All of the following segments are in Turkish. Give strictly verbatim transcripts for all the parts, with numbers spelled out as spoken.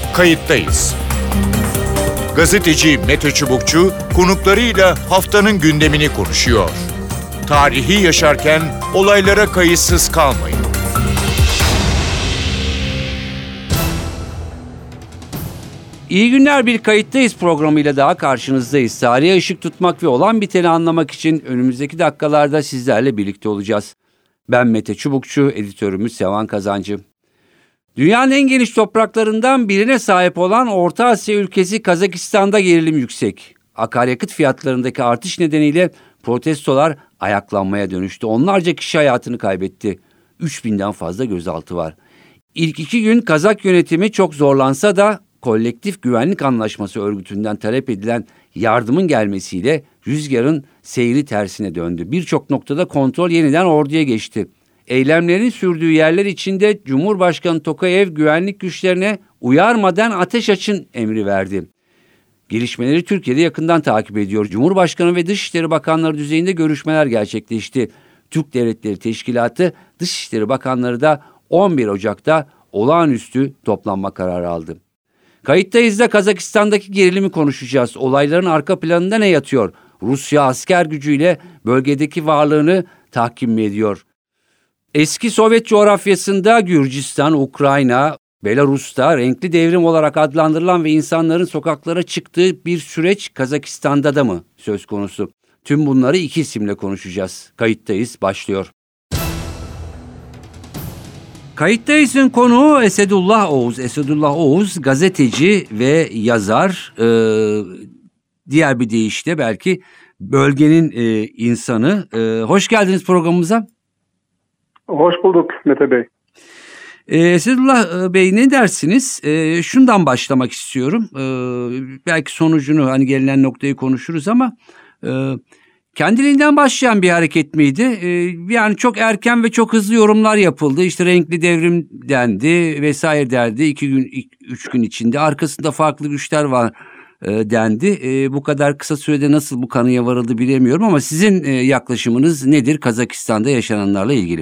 Kayıttayız. Gazeteci Mete Çubukçu konuklarıyla haftanın gündemini konuşuyor. Tarihi yaşarken olaylara kayıtsız kalmayın. İyi günler, bir Kayıttayız programıyla daha karşınızdayız. Tarihe ışık tutmak ve olan biteni anlamak için önümüzdeki dakikalarda sizlerle birlikte olacağız. Ben Mete Çubukçu, editörümüz Sevan Kazancı. Dünyanın en geniş topraklarından birine sahip olan Orta Asya ülkesi Kazakistan'da gerilim yüksek. Akaryakıt fiyatlarındaki artış nedeniyle protestolar ayaklanmaya dönüştü. Onlarca kişi hayatını kaybetti. üç binden fazla gözaltı var. İlk iki gün Kazak yönetimi çok zorlansa da Kolektif Güvenlik Anlaşması örgütünden talep edilen yardımın gelmesiyle rüzgarın seyri tersine döndü. Birçok noktada kontrol yeniden orduya geçti. Eylemlerin sürdüğü yerler içinde Cumhurbaşkanı Tokayev güvenlik güçlerine uyarmadan ateş açın emri verdi. Gelişmeleri Türkiye'de yakından takip ediyor. Cumhurbaşkanı ve Dışişleri Bakanları düzeyinde görüşmeler gerçekleşti. Türk Devletleri Teşkilatı Dışişleri Bakanları da on bir Ocak'ta olağanüstü toplanma kararı aldı. Kayıttayız da Kazakistan'daki gerilimi konuşacağız. Olayların arka planında ne yatıyor? Rusya asker gücüyle bölgedeki varlığını tahkim mi ediyor? Eski Sovyet coğrafyasında Gürcistan, Ukrayna, Belarus'ta renkli devrim olarak adlandırılan ve insanların sokaklara çıktığı bir süreç Kazakistan'da da mı söz konusu? Tüm bunları iki isimle konuşacağız. Kayıttayız başlıyor. Kayıttayız'ın konuğu Esedullah Oğuz. Esedullah Oğuz gazeteci ve yazar. Ee, diğer bir deyişle belki bölgenin e, insanı. Ee, hoş geldiniz programımıza. Hoş bulduk Mete Bey. Ee, Esedullah Bey, ne dersiniz? Ee, şundan başlamak istiyorum. Ee, belki sonucunu, hani gelinen noktayı konuşuruz ama e, kendiliğinden başlayan bir hareket miydi? Ee, yani çok erken ve çok hızlı yorumlar yapıldı. İşte renkli devrim dendi vesaire derdi. İki gün, üç gün içinde arkasında farklı güçler var e, dendi. E, bu kadar kısa sürede nasıl bu kanıya varıldı bilemiyorum ama sizin e, yaklaşımınız nedir Kazakistan'da yaşananlarla ilgili?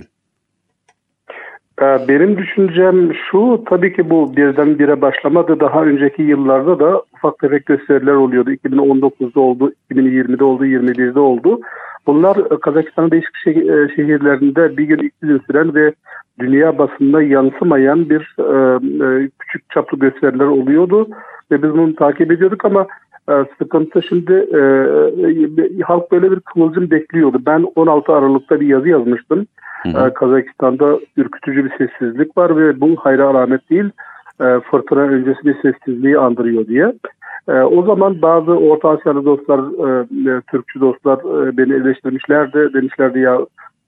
Benim düşüncem şu, tabii ki bu birdenbire başlamadı. Daha önceki yıllarda da ufak tefek gösteriler oluyordu. iki bin on dokuzda oldu, iki bin yirmide oldu, yirmi birde oldu. Bunlar Kazakistan'ın değişik şehirlerinde bir gün iki gün süren ve dünya basınına yansımayan bir e, küçük çaplı gösteriler oluyordu. Ve biz bunu takip ediyorduk ama e, sıkıntı şimdi e, e, halk böyle bir kıvılcım bekliyordu. Ben on altı Aralık'ta bir yazı yazmıştım. Hı hı. Kazakistan'da ürkütücü bir sessizlik var ve bu hayra alamet değil, fırtına öncesi bir sessizliği andırıyor diye. O zaman bazı Orta Asyalı dostlar, Türkçü dostlar beni eleştirmişlerdi. Demişlerdi ya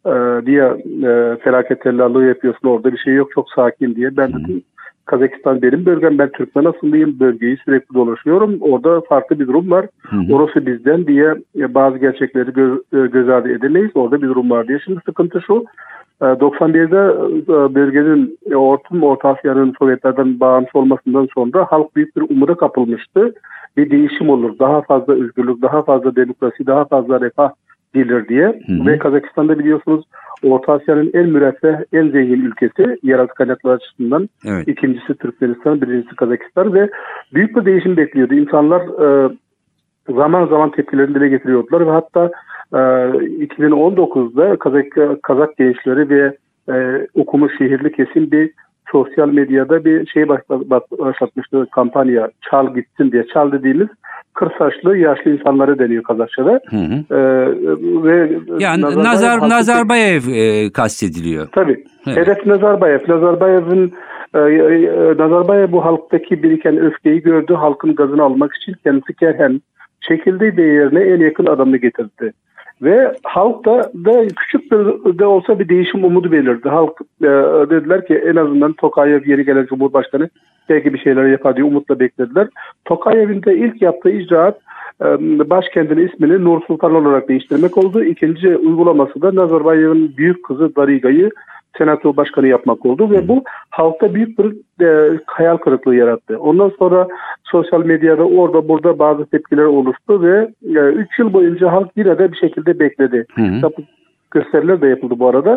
diye felaket tellallığı yapıyorsun, orada bir şey yok, çok sakin diye. Ben dedim Kazakistan benim bölgem, ben Türkmen asıllıyım, bölgeyi sürekli dolaşıyorum. Orada farklı bir durum var. Hı hı. Orası bizden diye bazı gerçekleri göz, göz ardı edemeyiz. Orada bir durum var diye. Şimdi sıkıntı şu, doksan birde bölgenin, Orta, Orta Asya'nın Sovyetlerden bağımsız olmasından sonra halk büyük bir umuda kapılmıştı. Bir değişim olur, daha fazla özgürlük, daha fazla demokrasi, daha fazla refah gelir diye. Hı hı. Ve Kazakistan'da biliyorsunuz Orta Asya'nın en müreffeh, en zengin ülkesi yeraltı kaynakları açısından. Evet. İkincisi Türkmenistan, birincisi Kazakistan ve büyük bir değişim bekliyordu. İnsanlar e, zaman zaman tepkilerini dile getiriyordular ve hatta e, iki bin on dokuzda Kazak, Kazak gençleri ve e, okumuş şehirli kesim bir sosyal medyada bir şey başlatmıştı, kampanya, çal gitsin diye. Çal dediğimiz kır saçlı yaşlı insanları deniyor Kazakça'da. Hı hı. Ee, ve yani Nazarbayev, Nazar, Nazarbayev e, kastediliyor. Tabii. Evet. Hedef Nazarbayev. Nazarbayev'in e, e, Nazarbayev bu halktaki biriken öfkeyi gördü. Halkın gazını almak için kendisi kerhen çekildiği bir yerine en yakın adamını getirdi. Ve halk da, da küçük bir de olsa bir değişim umudu belirdi. Halk e, dediler ki en azından Tokayev yeni gelen Cumhurbaşkanı belki bir şeyler yapar diye umutla beklediler. Tokayev'in de ilk yaptığı icraat e, başkentinin ismini Nur Sultan olarak değiştirmek oldu. İkinci uygulaması da Nazarbayev'in büyük kızı Dariga'yı senato başkanı yapmak oldu ve bu halkta büyük bir e, hayal kırıklığı yarattı. Ondan sonra sosyal medyada orada burada bazı tepkiler oluştu ve üç e, yıl boyunca halk yine de bir şekilde bekledi. Hı hı. Gösteriler de yapıldı bu arada.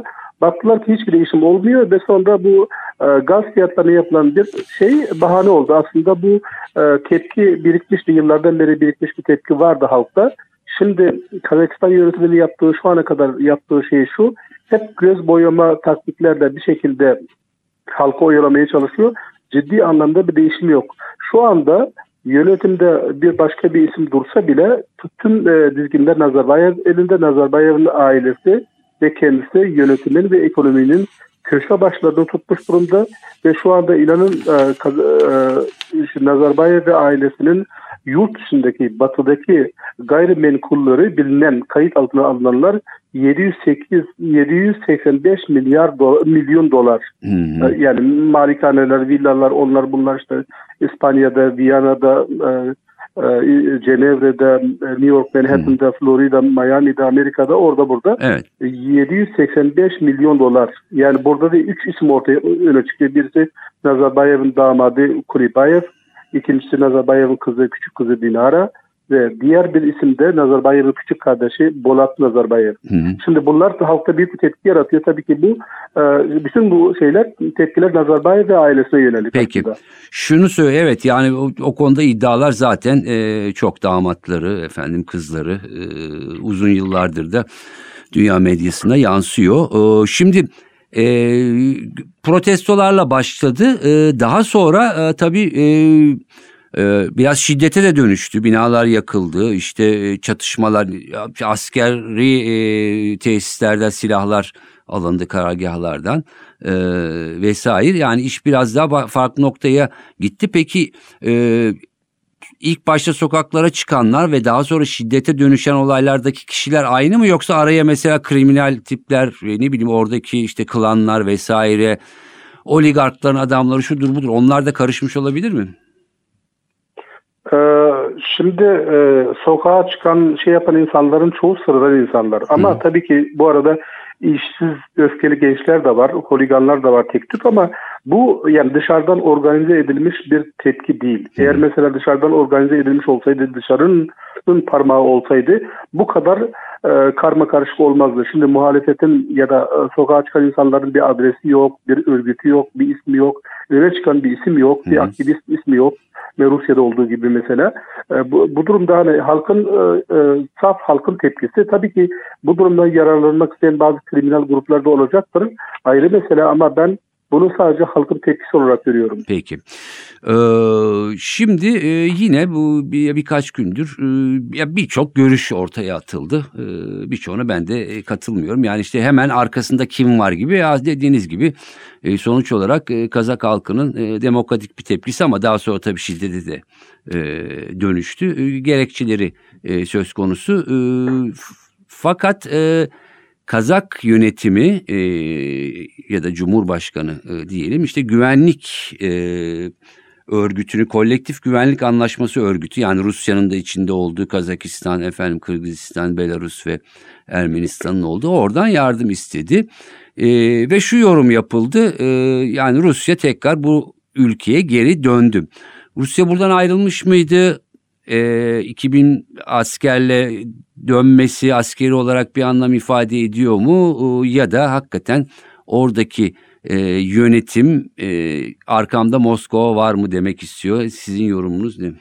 Baktılar ki hiçbir değişim olmuyor ve sonra bu e, gaz fiyatlarına yapılan bir şey bahane oldu. Aslında bu e, tepki birikmişti. Yıllardan beri birikmiş bir tepki vardı halkta. Şimdi Kazakistan yönetiminin yaptığı, şu ana kadar yaptığı şey şu: hep göz boyama taktiklerle bir şekilde halkı oyalamaya çalışıyor. Ciddi anlamda bir değişim yok. Şu anda yönetimde bir başka bir isim dursa bile tüm e, dizginler Nazarbayev elinde. Nazarbayev'in ailesi ve kendisi yönetimin ve ekonominin köşe başlarını tutmuş durumda ve şu anda inanın e, kaz, e, Nazarbayev ve ailesinin yurt dışındaki, batıdaki gayrimenkulleri bilinen, kayıt altına alınanlar yedi yüz sekiz yedi yüz seksen beş milyar dolar, milyon dolar. Hı hı. Yani malikaneler, villalar, onlar bunlar işte İspanya'da, Viyana'da, e, e, Cenevre'de, New York, Manhattan'da, hı. Florida, Miami'de, Amerika'da, orada burada. Evet. yedi yüz seksen beş milyon dolar. Yani burada da üç isim ortaya öne çıkıyor. Birisi Nazarbayev'in damadı Kulibayev, İkincisi Nazarbayev'in kızı, küçük kızı Dinara ve diğer bir isim de Nazarbayev'in küçük kardeşi Bolat Nazarbayev. Hı hı. Şimdi bunlar da halkta büyük bir tepki yaratıyor. Tabii ki bu bütün bu şeyler, tepkiler Nazarbayev ve ailesine yönelik. Peki. Aslında. Şunu söyle, evet, yani o, o konuda iddialar zaten e, çok, damatları, efendim kızları e, uzun yıllardır da dünya medyasına yansıyor. E, şimdi E, protestolarla başladı. E, daha sonra e, tabii e, e, biraz şiddete de dönüştü. Binalar yakıldı. İşte e, çatışmalar, askeri e, tesislerden silahlar alındı, karargahlardan e, vesaire. Yani iş biraz daha farklı noktaya gitti. Peki e, İlk başta sokaklara çıkanlar ve daha sonra şiddete dönüşen olaylardaki kişiler aynı mı, yoksa araya mesela kriminal tipler, ne bileyim oradaki işte klanlar vesaire, oligarkların adamları, şudur budur, onlar da karışmış olabilir mi? Ee, şimdi e, sokağa çıkan, şey yapan insanların çoğu sıradan insanlar. Ama Hı. tabii ki bu arada işsiz, öfkeli gençler de var, holiganlar da var tek tük, ama bu yani dışarıdan organize edilmiş bir tepki değil. Hı. Eğer mesela dışarıdan organize edilmiş olsaydı, dışarının parmağı olsaydı bu kadar e, karma karışık olmazdı. Şimdi muhalefetin ya da e, sokağa çıkan insanların bir adresi yok, bir örgütü yok, bir ismi yok, öne çıkan bir isim yok, bir Hı. aktivist ismi yok. Ve Rusya'da olduğu gibi mesela. E, bu, bu durumda hani halkın e, e, saf halkın tepkisi, tabii ki bu durumdan yararlanmak isteyen bazı kriminal gruplar da olacaktır. Ayrı mesele, ama ben bunu sadece halkın tepkisi olarak görüyorum. Peki. Ee, şimdi e, yine bu bir, birkaç gündür e, birçok görüş ortaya atıldı. E, birçoğuna ben de katılmıyorum. Yani işte hemen arkasında kim var gibi, ya dediğiniz gibi e, sonuç olarak e, Kazak halkının e, demokratik bir tepkisi, ama daha sonra tabii şiddete de e, dönüştü. E, gerekçeleri e, söz konusu. E, f- fakat e, Kazak yönetimi e, ya da Cumhurbaşkanı e, diyelim, işte güvenlik e, örgütünü, kolektif güvenlik anlaşması örgütü, yani Rusya'nın da içinde olduğu Kazakistan, efendim Kırgızistan, Belarus ve Ermenistan'ın olduğu, oradan yardım istedi. E, ve şu yorum yapıldı, e, yani Rusya tekrar bu ülkeye geri döndü. Rusya buradan ayrılmış mıydı? E, iki bin askerle dönmesi askeri olarak bir anlam ifade ediyor mu? E, ya da hakikaten oradaki e, yönetim e, arkamda Moskova var mı demek istiyor? Sizin yorumunuz ne?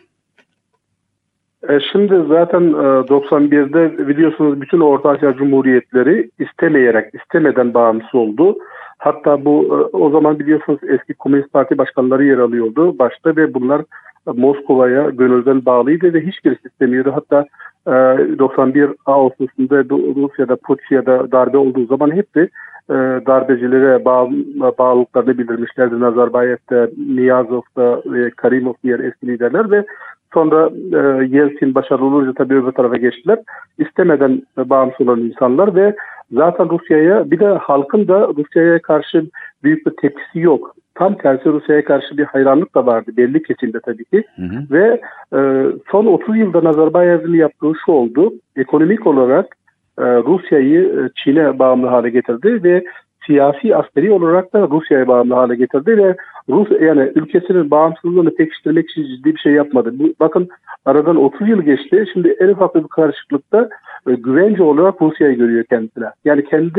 E şimdi zaten e, doksan birde biliyorsunuz bütün Orta Asya Cumhuriyetleri istemeyerek, istemeden bağımsız oldu. Hatta bu e, o zaman biliyorsunuz eski Komünist Parti başkanları yer alıyordu başta ve bunlar Moskova'ya gönülden bağlıydı ve hiçbirisi istemiyordu. Hatta e, doksan bir Ağustos'unda Rusya'da, Putya'da darbe olduğu zaman hep de e, darbecilere bağ, bağlılıklarını bildirmişlerdi. Nazarbayev'de, Niyazov'da ve Karimov diğer eski liderler ve sonra e, Yeltsin başarılı olunca tabii öbür tarafa geçtiler. İstemeden e, bağımsız olan insanlar ve zaten Rusya'ya, bir de halkın da Rusya'ya karşı büyük bir tepkisi yok. Tam tersi Rusya'ya karşı bir hayranlık da vardı belli kesimde tabii ki. Hı hı. Ve e, son otuz yılda Nazarbayev'in yaptığı şu oldu. Ekonomik olarak e, Rusya'yı e, Çin'e bağımlı hale getirdi ve siyasi askeri olarak da Rusya'ya bağımlı hale getirdi ve Rus, yani ülkesinin bağımsızlığını pekiştirmek için ciddi bir şey yapmadı. Bu, bakın aradan otuz yıl geçti. Şimdi en ufak bir karışıklıkta e, güvence olarak Rusya'yı görüyor kendisine. Yani kendi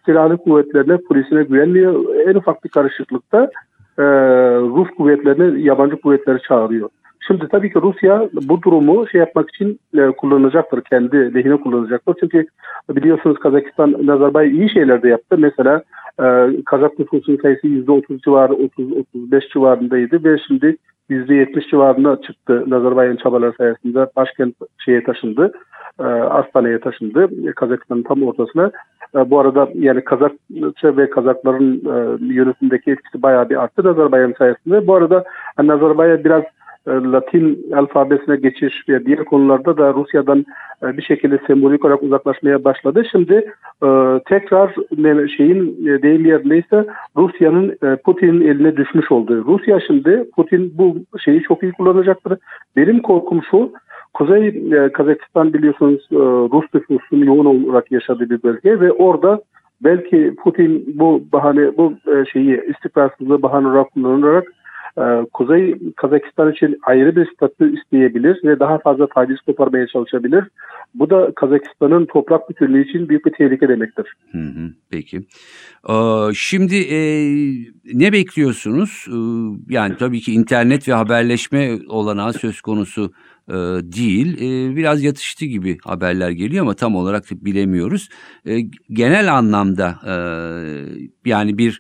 silahlı kuvvetlerine, polisine güvenmiyor. En ufak bir karışıklıkta e, Rus kuvvetlerini, yabancı kuvvetleri çağırıyor. Şimdi tabii ki Rusya bu durumu şey yapmak için e, kullanacaktır, kendi lehine kullanacaktır. Çünkü biliyorsunuz Kazakistan, Nazarbayev iyi şeyler de yaptı. Mesela e, Kazak nüfusunun sayısı yüzde otuz civarı, otuz otuz beş civarındaydı ve şimdi yüzde yetmiş civarına çıktı. Nazarbayev'in çabaları sayesinde başkent şeye taşındı, e, Astana'ya taşındı, Kazakistan'ın tam ortasına. E, bu arada yani Kazakça ve Kazakların e, yönetimindeki etkisi bayağı bir arttı Nazarbayev'in sayesinde. Bu arada hani Nazarbayev biraz Latin alfabesine geçiş ve diğer konularda da Rusya'dan bir şekilde sembolik olarak uzaklaşmaya başladı. Şimdi tekrar şeyin deyim yerindeyse Rusya'nın Putin'in eline düşmüş olduğu. Rusya şimdi Putin bu şeyi çok iyi kullanacaktır. Benim korkum şu: Kuzey Kazakistan biliyorsunuz Rus nüfusunun yoğun olarak yaşadığı bir bölge ve orada belki Putin bu bahane bu şeyi istikrarsızlığı bahane olarak kullanarak Kuzey Kazakistan için ayrı bir statü isteyebilir ve daha fazla taciz koparmaya çalışabilir. Bu da Kazakistan'ın toprak bütünlüğü için büyük bir tehlike demektir. Hı hı, peki. Ee, şimdi e, ne bekliyorsunuz? Ee, yani tabii ki internet ve haberleşme olanağı söz konusu e, değil. E, biraz yatıştı gibi haberler geliyor ama tam olarak bilemiyoruz. E, genel anlamda e, yani bir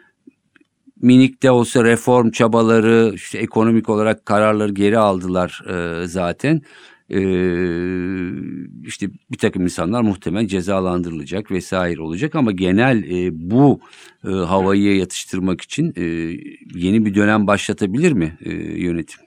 minik de olsa reform çabaları, işte ekonomik olarak kararları geri aldılar e, zaten. E, işte bir takım insanlar muhtemelen cezalandırılacak vesaire olacak ama genel e, bu e, havayı yatıştırmak için e, yeni bir dönem başlatabilir mi e, yönetim?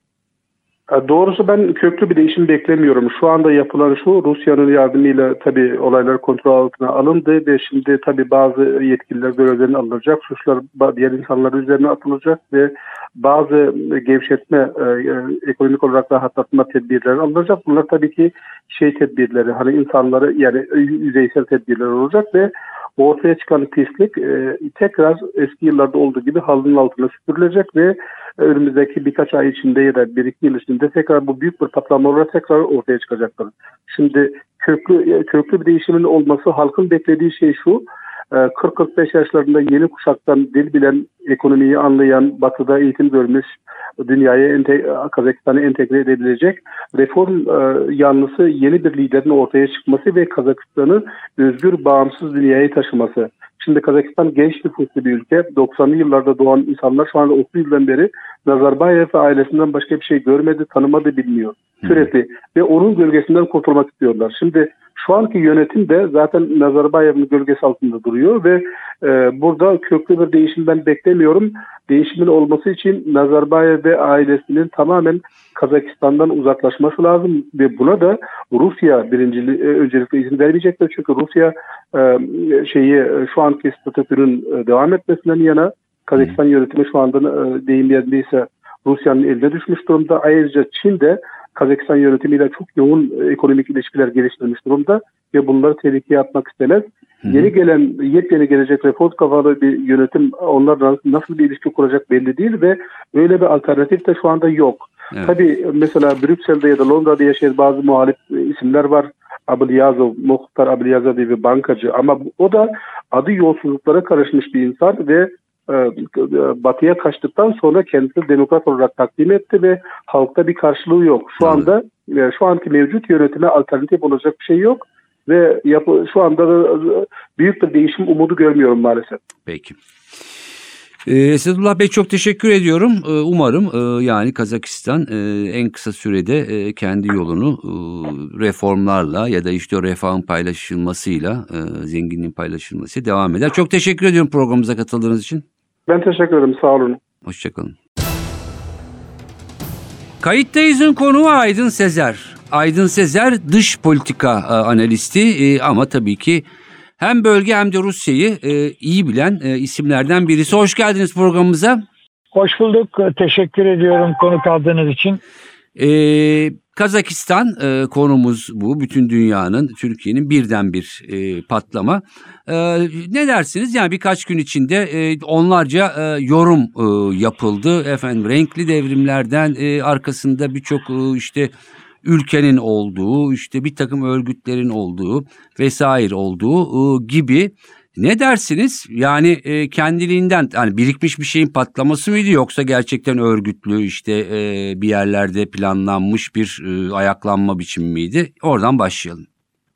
Doğrusu ben köklü bir değişim beklemiyorum. Şu anda yapılan şu: Rusya'nın yardımıyla tabii olaylar kontrol altına alındı ve şimdi tabii bazı yetkililer görevlerine alınacak, suçlar diğer insanlar üzerine atılacak ve bazı gevşetme, e, ekonomik olarak rahatlatma tedbirleri alınacak. Bunlar tabii ki şey tedbirleri, hani insanları yani yüzeysel tedbirler olacak ve ortaya çıkan pislik e, tekrar eski yıllarda olduğu gibi halının altına süpürülecek ve önümüzdeki birkaç ay içinde ya da bir iki yıl içinde tekrar bu büyük bir patlama olarak tekrar ortaya çıkacaktır. Şimdi köklü köklü bir değişimin olması, halkın beklediği şey şu: kırk kırk beş yaşlarında yeni kuşaktan dil bilen, ekonomiyi anlayan, batıda eğitim görmüş, dünyaya ente- Kazakistan'ı entegre edebilecek reform e, yanlısı yeni bir liderin ortaya çıkması ve Kazakistan'ı özgür, bağımsız dünyaya taşıması. Şimdi Kazakistan genç nüfuslu bir ülke. doksanlı yıllarda doğan insanlar şu anda otuz yıldan beri Nazarbayev ve ailesinden başka bir şey görmedi, tanımadı, bilmiyor. Sürekli. Ve onun gölgesinden kurtulmak istiyorlar. Şimdi şu anki yönetim de zaten Nazarbayev'in gölgesi altında duruyor ve e, burada köklü bir değişim ben beklemiyorum. Değişimin olması için Nazarbayev ve ailesinin tamamen Kazakistan'dan uzaklaşması lazım ve buna da Rusya birincili, öncelikle izin vermeyecektir. Çünkü Rusya e, şeyi şu anki statüsünün e, devam etmesinden yana, Kazakistan yönetimi şu anda e, deyim yerindeyse Rusya'nın eline düşmüş durumda. Ayrıca Çin de Kazakistan yönetimiyle çok yoğun ekonomik ilişkiler geliştirmiş durumda ve bunları tehlikeye atmak istemez. Hı hı. Yeni gelen, yepyeni gelecek reform kafalı bir yönetim onlarla nasıl bir ilişki kuracak belli değil ve öyle bir alternatif de şu anda yok. Evet. Tabii mesela Brüksel'de ya da Londra'da yaşayan bazı muhalif isimler var. Abulyazov, Muhtar Abulyazov diye bir bankacı, ama o da adı yolsuzluklara karışmış bir insan ve Batı'ya kaçtıktan sonra kendisini demokrat olarak takdim etti ve halkta bir karşılığı yok. Şu anda şu anki mevcut yönetime alternatif olacak bir şey yok ve yapı, şu anda da büyük bir değişim umudu görmüyorum maalesef. Peki. Ee, Sadullah Bey, çok teşekkür ediyorum. Ee, umarım e, yani Kazakistan e, en kısa sürede e, kendi yolunu e, reformlarla ya da işte o refahın paylaşılmasıyla, e, zenginliğin paylaşılması devam eder. Çok teşekkür ediyorum programımıza katıldığınız için. Ben teşekkür ederim. Sağ olun. Hoşçakalın. Kayıttayız'ın konuğu Aydın Sezer. Aydın Sezer dış politika e, analisti e, ama tabii ki hem bölge hem de Rusya'yı e, iyi bilen e, isimlerden birisi. Hoş geldiniz programımıza. Hoş bulduk. Teşekkür ediyorum konuk aldığınız için. Ee, Kazakistan e, konumuz bu. Bütün dünyanın, Türkiye'nin birden bir e, patlama. E, ne dersiniz? Yani birkaç gün içinde e, onlarca e, yorum e, yapıldı. Efendim, renkli devrimlerden e, arkasında birçok e, işte ülkenin olduğu, işte bir takım örgütlerin olduğu vesaire olduğu e, gibi Ne dersiniz? Yani e, kendiliğinden hani birikmiş bir şeyin patlaması mıydı yoksa gerçekten örgütlü işte e, bir yerlerde planlanmış bir e, ayaklanma biçimi miydi? Oradan başlayalım.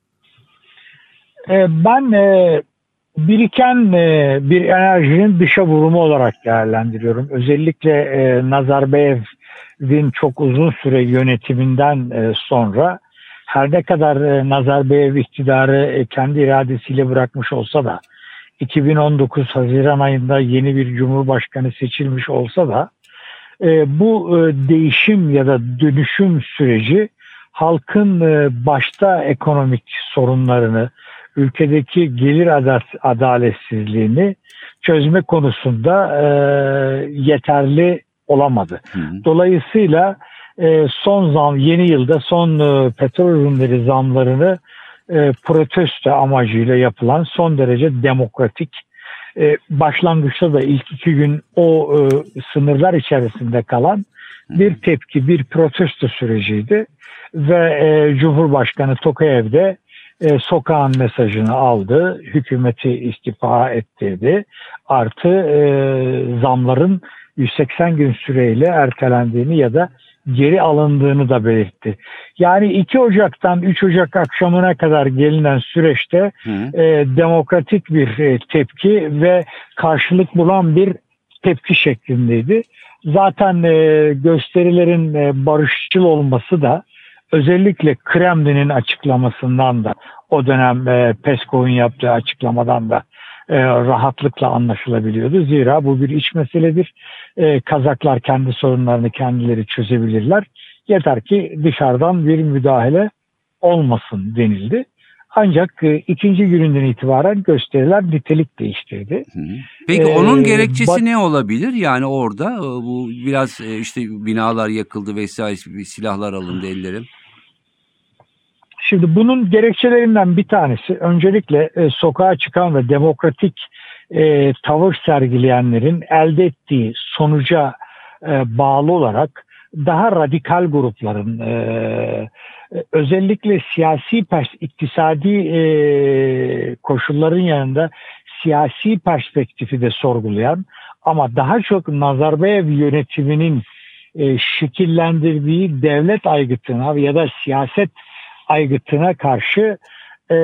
E, ben e, biriken e, bir enerjinin dışa vurumu olarak değerlendiriyorum. Özellikle e, Nazarbayev'in çok uzun süre yönetiminden e, sonra her ne kadar e, Nazarbayev iktidarı e, kendi iradesiyle bırakmış olsa da iki bin on dokuz Haziran ayında yeni bir cumhurbaşkanı seçilmiş olsa da e, bu e, değişim ya da dönüşüm süreci halkın e, başta ekonomik sorunlarını, ülkedeki gelir adaletsizliğini çözme konusunda e, yeterli olamadı. Hı hı. Dolayısıyla e, son zam, yeni yılda son e, petrol ürünleri zamlarını e, protesto amacıyla yapılan son derece demokratik, e, başlangıçta da ilk iki gün o e, sınırlar içerisinde kalan bir tepki, bir protesto süreciydi ve e, Cumhurbaşkanı Tokayev de E, sokağın mesajını aldı, hükümeti istifa ettirdi. Artı e, zamların yüz seksen gün süreyle ertelendiğini ya da geri alındığını da belirtti. Yani iki Ocak'tan üç Ocak akşamına kadar gelinen süreçte e, demokratik bir e, tepki ve karşılık bulan bir tepki şeklindeydi. Zaten e, gösterilerin e, barışçıl olması da özellikle Kremlin'in açıklamasından da o dönem e, Peskov'un yaptığı açıklamadan da e, rahatlıkla anlaşılabiliyordu. Zira bu bir iç meseledir. E, Kazaklar kendi sorunlarını kendileri çözebilirler. Yeter ki dışarıdan bir müdahale olmasın denildi. Ancak e, ikinci gününden itibaren gösteriler nitelik değiştirdi. Peki ee, onun gerekçesi bat- ne olabilir? Yani orada e, bu biraz e, işte binalar yakıldı vesaire, silahlar alındı ellerin. Şimdi bunun gerekçelerinden bir tanesi öncelikle e, sokağa çıkan ve demokratik e, tavır sergileyenlerin elde ettiği sonuca e, bağlı olarak daha radikal grupların e, özellikle siyasi pers iktisadi e, koşulların yanında siyasi perspektifi de sorgulayan ama daha çok Nazarbayev yönetiminin e, şekillendirdiği devlet aygıtına ya da siyaset aygıtına karşı e,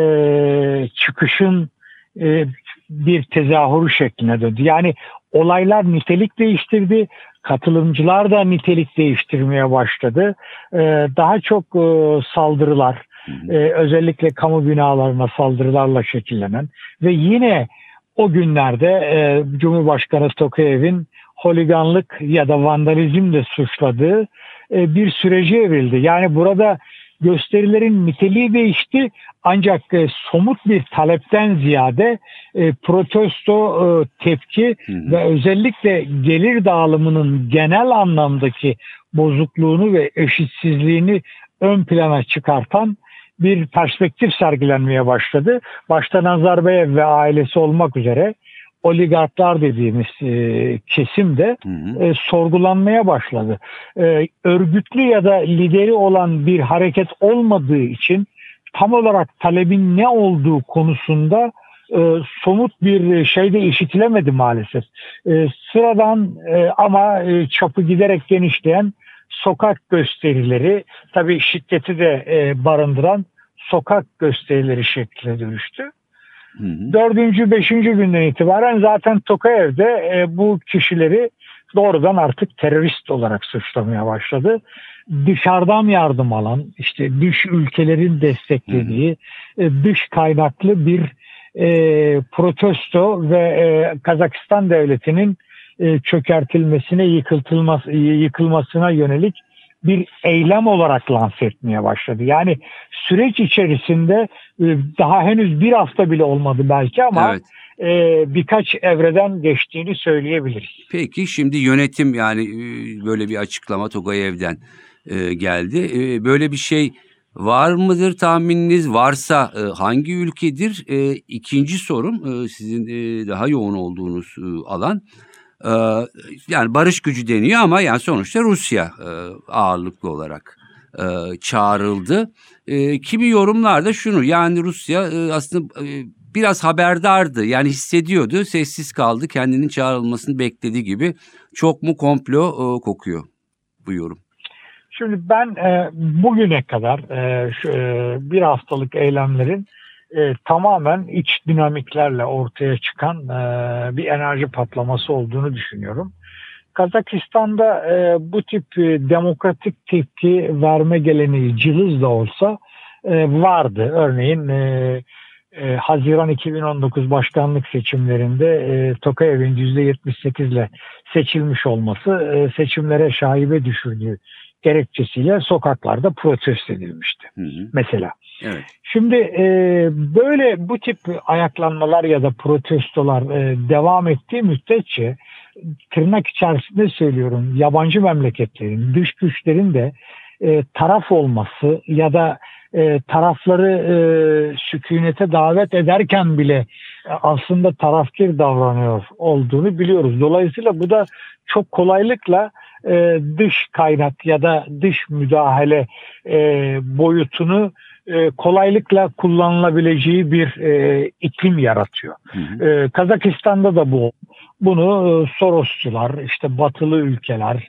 çıkışın e, bir tezahürü şekline döndü. Yani olaylar nitelik değiştirdi, katılımcılar da nitelik değiştirmeye başladı. E, daha çok e, saldırılar, e, özellikle kamu binalarına saldırılarla şekillenen ve yine o günlerde e, Cumhurbaşkanı Tokayev'in holiganlık ya da vandalizmle suçladığı e, bir sürece evrildi. Yani burada gösterilerin niteliği değişti ancak e, somut bir talepten ziyade e, protesto, e, tepki hı hı. ve özellikle gelir dağılımının genel anlamdaki bozukluğunu ve eşitsizliğini ön plana çıkartan bir perspektif sergilenmeye başladı. Başta Nazarbayev ve ailesi olmak üzere oligarklar dediğimiz e, kesim de e, sorgulanmaya başladı. E, örgütlü ya da lideri olan bir hareket olmadığı için tam olarak talebin ne olduğu konusunda e, somut bir şey de işitilemedi maalesef. E, sıradan e, ama e, çapı giderek genişleyen sokak gösterileri, tabii şiddeti de e, barındıran sokak gösterileri şekline dönüştü. Hı hı. Dördüncü, beşinci günden itibaren zaten Tokayev'de e, bu kişileri doğrudan artık terörist olarak suçlamaya başladı. Dışarıdan yardım alan, işte dış ülkelerin desteklediği, e, dış kaynaklı bir e, protesto ve e, Kazakistan devletinin e, çökertilmesine, yıkıltılması, yıkılmasına yönelik bir eylem olarak lanse etmeye başladı. Yani süreç içerisinde daha henüz bir hafta bile olmadı belki ama evet. e, birkaç evreden geçtiğini söyleyebiliriz. Peki şimdi yönetim, yani böyle bir açıklama Tokayev'den e, geldi. E, böyle bir şey var mıdır tahmininiz? Varsa e, hangi ülkedir? E, ikinci sorum e, sizin e, daha yoğun olduğunuz e, alan. Yani barış gücü deniyor ama yani sonuçta Rusya ağırlıklı olarak çağrıldı. Kimi yorumlarda şunu, yani Rusya aslında biraz haberdardı. Yani hissediyordu, sessiz kaldı, kendinin çağrılmasını beklediği gibi. Çok mu komplo e, kokuyor bu yorum? Şimdi ben e, bugüne kadar e, şu, e, bir haftalık eylemlerin e, tamamen iç dinamiklerle ortaya çıkan e, bir enerji patlaması olduğunu düşünüyorum. Kazakistan'da e, bu tip e, demokratik tepki verme geleneği cılız da olsa e, vardı. Örneğin e, e, Haziran iki bin on dokuz başkanlık seçimlerinde e, Tokayev'in yüzde yetmiş sekiz ile seçilmiş olması e, seçimlere şaibe düşürdüğü gerekçesiyle sokaklarda protesto edilmişti. Hı hı. Mesela. Evet. Şimdi e, böyle bu tip ayaklanmalar ya da protestolar e, devam ettiği müddetçe, tırnak içerisinde söylüyorum, yabancı memleketlerin, dış güçlerin de e, taraf olması ya da e, tarafları e, sükunete davet ederken bile e, aslında tarafkir davranıyor olduğunu biliyoruz. Dolayısıyla bu da çok kolaylıkla e, dış kaynak ya da dış müdahale e, boyutunu e, kolaylıkla kullanılabileceği bir e, iklim yaratıyor. Hı hı. E, Kazakistan'da da bu. Bunu Sorosçular, işte batılı ülkeler,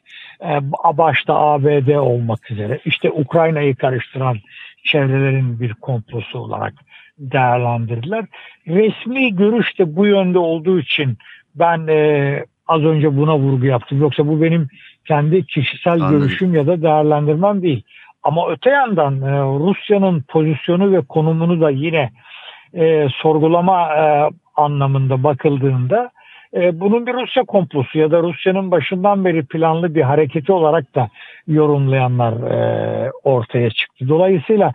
başta A B D olmak üzere, işte Ukrayna'yı karıştıran çevrelerin bir komplosu olarak değerlendirdiler. Resmi görüş de bu yönde olduğu için ben e, az önce buna vurgu yaptım. Yoksa bu benim kendi kişisel Anladım. görüşüm ya da değerlendirmem değil. Ama öte yandan e, Rusya'nın pozisyonu ve konumunu da yine e, sorgulama e, anlamında bakıldığında bunun bir Rusya komplosu ya da Rusya'nın başından beri planlı bir hareketi olarak da yorumlayanlar e, ortaya çıktı. Dolayısıyla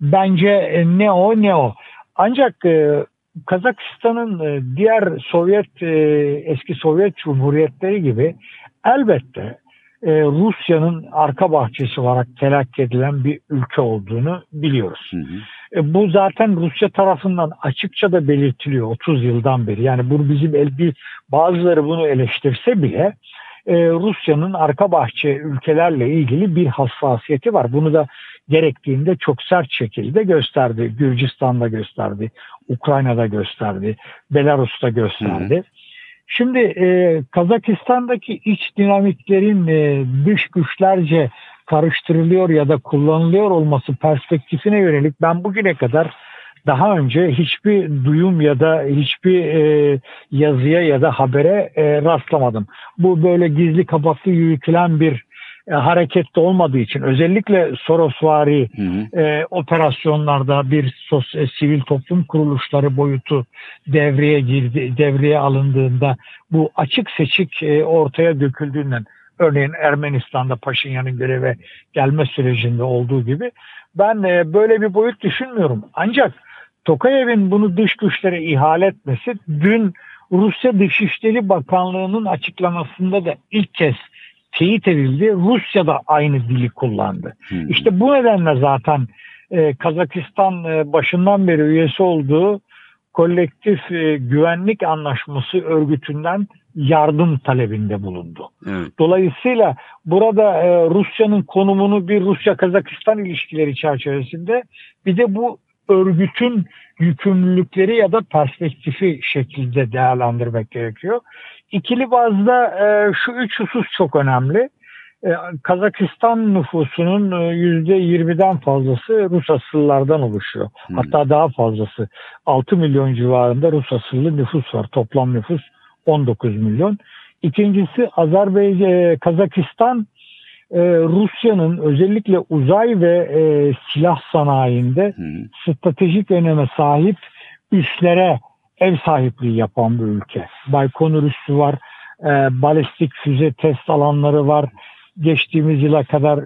bence ne o ne o. Ancak e, Kazakistan'ın e, diğer Sovyet e, eski Sovyet Cumhuriyetleri gibi elbette e, Rusya'nın arka bahçesi olarak telakki edilen bir ülke olduğunu biliyoruz. Hı hı. Bu zaten Rusya tarafından açıkça da belirtiliyor otuz yıldan beri. Yani bunu bizim el, bir, bazıları bunu eleştirse bile e, Rusya'nın arka bahçe ülkelerle ilgili bir hassasiyeti var. Bunu da gerektiğinde çok sert şekilde gösterdi. Gürcistan'da gösterdi, Ukrayna'da gösterdi, Belarus'ta gösterdi. Hı hı. Şimdi e, Kazakistan'daki iç dinamiklerin e, dış güçlerce karıştırılıyor ya da kullanılıyor olması perspektifine yönelik ben bugüne kadar daha önce hiçbir duyum ya da hiçbir e, yazıya ya da habere e, rastlamadım. Bu böyle gizli kapaklı yürütülen bir e, harekette olmadığı için, özellikle Sorosvari hı hı. E, operasyonlarda bir sos, e, sivil toplum kuruluşları boyutu devreye girdi, devreye alındığında bu açık seçik e, ortaya döküldüğünden, örneğin Ermenistan'da Paşinyan'ın göreve gelme sürecinde olduğu gibi ben e, böyle bir boyut düşünmüyorum. Ancak Tokayev'in bunu dış güçlere ihale etmesi dün Rusya Dışişleri Bakanlığı'nın açıklamasında da ilk kez teyit edildi. Rusya da aynı dili kullandı. Hmm. İşte bu nedenle zaten e, Kazakistan e, başından beri üyesi olduğu Kolektif e, Güvenlik Anlaşması örgütünden yardım talebinde bulundu. Evet. Dolayısıyla burada e, Rusya'nın konumunu bir Rusya-Kazakistan ilişkileri çerçevesinde, bir de bu örgütün yükümlülükleri ya da perspektifi şekilde değerlendirmek gerekiyor. İkili bazda e, şu üç husus çok önemli. E, Kazakistan nüfusunun e, yüzde yirmiden fazlası Rus asıllardan oluşuyor. Hmm. Hatta daha fazlası. altı milyon civarında Rus asıllı nüfus var. Toplam nüfus on dokuz milyon. İkincisi, Azerbaycan, e, Kazakistan e, Rusya'nın özellikle uzay ve e, silah sanayinde hmm. stratejik öneme sahip üslere ev sahipliği yapan bir ülke. Baykonur üssü var, e, balistik füze test alanları var. Geçtiğimiz yıla kadar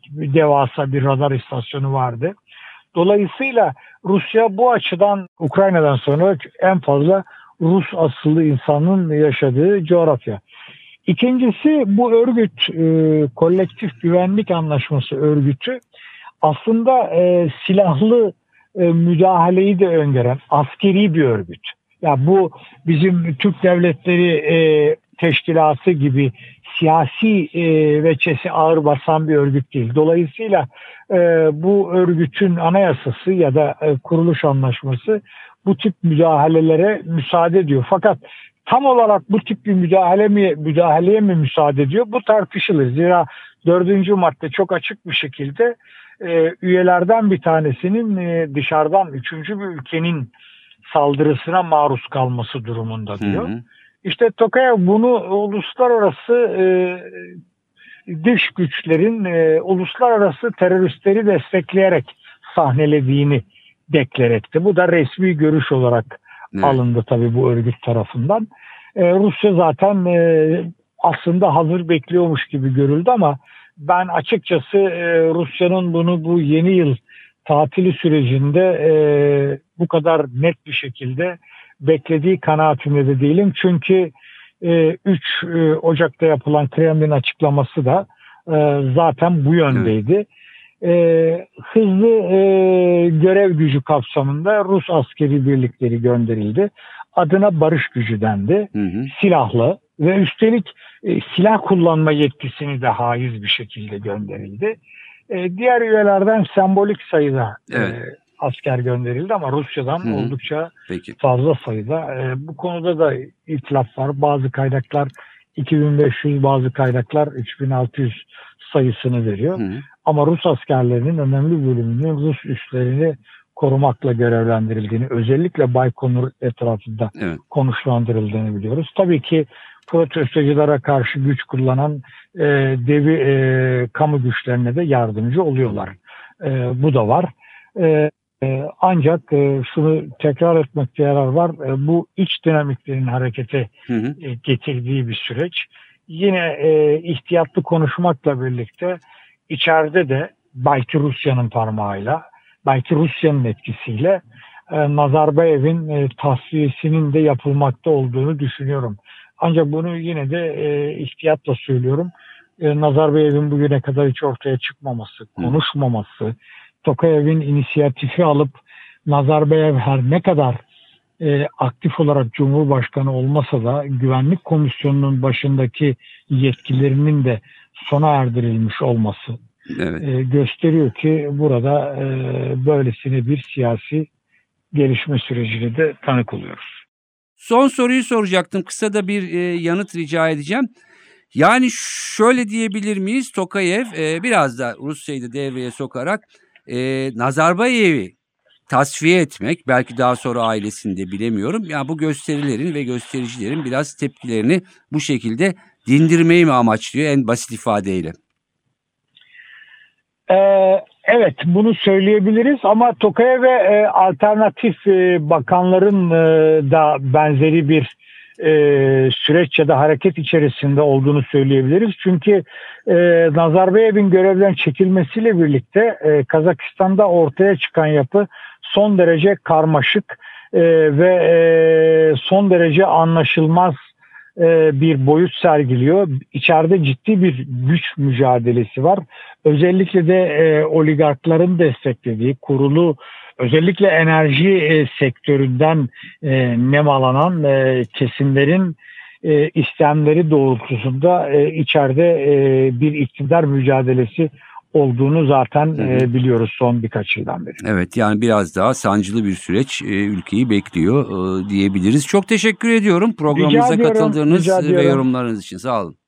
devasa bir radar istasyonu vardı. Dolayısıyla Rusya bu açıdan Ukrayna'dan sonra en fazla Rus asıllı insanın yaşadığı coğrafya. İkincisi, bu örgüt, e, Kolektif Güvenlik Anlaşması örgütü aslında e, silahlı e, müdahaleyi de öngören askeri bir örgüt. Ya bu bizim Türk devletleri e, Teşkilatı gibi siyasi e, veçesi ağır basan bir örgüt değil. Dolayısıyla e, bu örgütün anayasası ya da e, kuruluş anlaşması bu tip müdahalelere müsaade ediyor. Fakat tam olarak bu tip bir müdahale mi, müdahaleye mi müsaade ediyor? Bu tartışılır. Zira dördüncü madde çok açık bir şekilde e, üyelerden bir tanesinin e, dışarıdan üçüncü bir ülkenin saldırısına maruz kalması durumunda diyor. Hı hı. İşte Tokayev bunu uluslararası e, dış güçlerin e, uluslararası teröristleri destekleyerek sahnelediğini deklar etti. Bu da resmi görüş olarak evet. alındı tabii bu örgüt tarafından. E, Rusya zaten e, aslında hazır bekliyormuş gibi görüldü ama ben açıkçası e, Rusya'nın bunu bu yeni yıl tatili sürecinde e, bu kadar net bir şekilde beklediği kanaatinde de değilim. Çünkü e, üç e, Ocak'ta yapılan Kremlin açıklaması da e, zaten bu yöndeydi. Evet. E, hızlı e, görev gücü kapsamında Rus askeri birlikleri gönderildi. Adına barış gücü dendi. Hı hı. Silahlı ve üstelik e, silah kullanma yetkisini de haiz bir şekilde gönderildi. E, diğer üyelerden sembolik sayıda evet. e, asker gönderildi ama Rusya'dan hı hı. oldukça Peki. fazla sayıda. E, bu konuda da itilaf var. Bazı kaynaklar iki bin beş yüz, bazı kaynaklar üç bin altı yüz sayısını veriyor. Hı hı. Ama Rus askerlerinin önemli bölümünün Rus üslerini korumakla görevlendirildiğini, özellikle Baykonur etrafında evet. konuşlandırıldığını biliyoruz. Tabii ki protestoculara karşı güç kullanan e, devi e, kamu güçlerine de yardımcı oluyorlar. E, bu da var. E, e, ancak e, şunu tekrar etmekte yarar var. E, bu iç dinamiklerin harekete hı hı. E, getirdiği bir süreç. Yine e, ihtiyatlı konuşmakla birlikte içeride de belki Rusya'nın parmağıyla, belki Rusya'nın etkisiyle e, Nazarbayev'in e, tasfiyesinin de yapılmakta olduğunu düşünüyorum. Ancak bunu yine de e, ihtiyatla söylüyorum. E, Nazarbayev'in bugüne kadar hiç ortaya çıkmaması, konuşmaması, Tokayev'in inisiyatifi alıp Nazarbayev her ne kadar e, aktif olarak Cumhurbaşkanı olmasa da Güvenlik Komisyonu'nun başındaki yetkilerinin de sona erdirilmiş olması evet. e, gösteriyor ki burada e, böylesine bir siyasi gelişme sürecine de tanık oluyoruz. Son soruyu soracaktım. Kısa da bir e, yanıt rica edeceğim. Yani şöyle diyebilir miyiz? Tokayev e, biraz da Rusya'yı da devreye sokarak e, Nazarbayev'i tasfiye etmek, belki daha sonra ailesini de bilemiyorum. Yani bu gösterilerin ve göstericilerin biraz tepkilerini bu şekilde dindirmeyi mi amaçlıyor en basit ifadeyle? Ee, evet, bunu söyleyebiliriz ama Tokayev'e e, alternatif e, bakanların e, da benzeri bir e, süreç ya da hareket içerisinde olduğunu söyleyebiliriz. Çünkü e, Nazarbayev'in görevden çekilmesiyle birlikte e, Kazakistan'da ortaya çıkan yapı son derece karmaşık e, ve e, son derece anlaşılmaz e, bir boyut sergiliyor. İçeride ciddi bir güç mücadelesi var. Özellikle de e, oligarkların desteklediği kurulu, özellikle enerji e, sektöründen e, nemalanan e, kesimlerin e, istemleri doğrultusunda e, içeride e, bir iktidar mücadelesi olduğunu zaten e, biliyoruz son birkaç yıldan beri. Evet, yani biraz daha sancılı bir süreç e, ülkeyi bekliyor e, diyebiliriz. Çok teşekkür ediyorum programımıza katıldığınız ve yorumlarınız için. Sağ olun.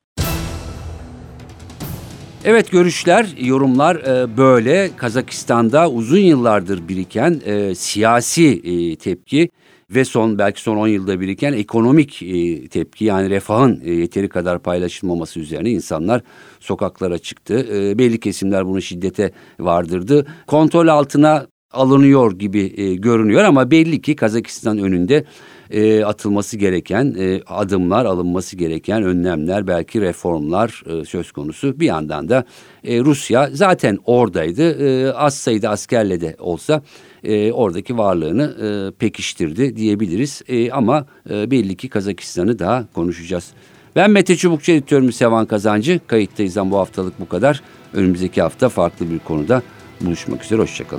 Evet, görüşler, yorumlar e, böyle. Kazakistan'da uzun yıllardır biriken e, siyasi e, tepki ve son belki son on yılda biriken ekonomik e, tepki, yani refahın e, yeteri kadar paylaşılmaması üzerine insanlar sokaklara çıktı. E, belli kesimler bunu şiddete vardırdı. Kontrol altına alınıyor gibi e, görünüyor ama belli ki Kazakistan önünde e, atılması gereken e, adımlar, alınması gereken önlemler, belki reformlar e, söz konusu. Bir yandan da e, Rusya zaten oradaydı. E, az sayıda askerle de olsa e, oradaki varlığını e, pekiştirdi diyebiliriz. E, ama e, belli ki Kazakistan'ı daha konuşacağız. Ben Mete Çubukçu, editörüm Sevan Kazancı. Kayıttayız'dan bu haftalık bu kadar. Önümüzdeki hafta farklı bir konuda buluşmak üzere. Hoşçakalın.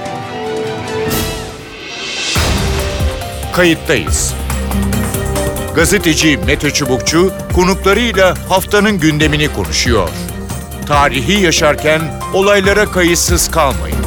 Kayıttayız. Gazeteci Mete Çubukçu konuklarıyla haftanın gündemini konuşuyor. Tarihi yaşarken olaylara kayıtsız kalmayın.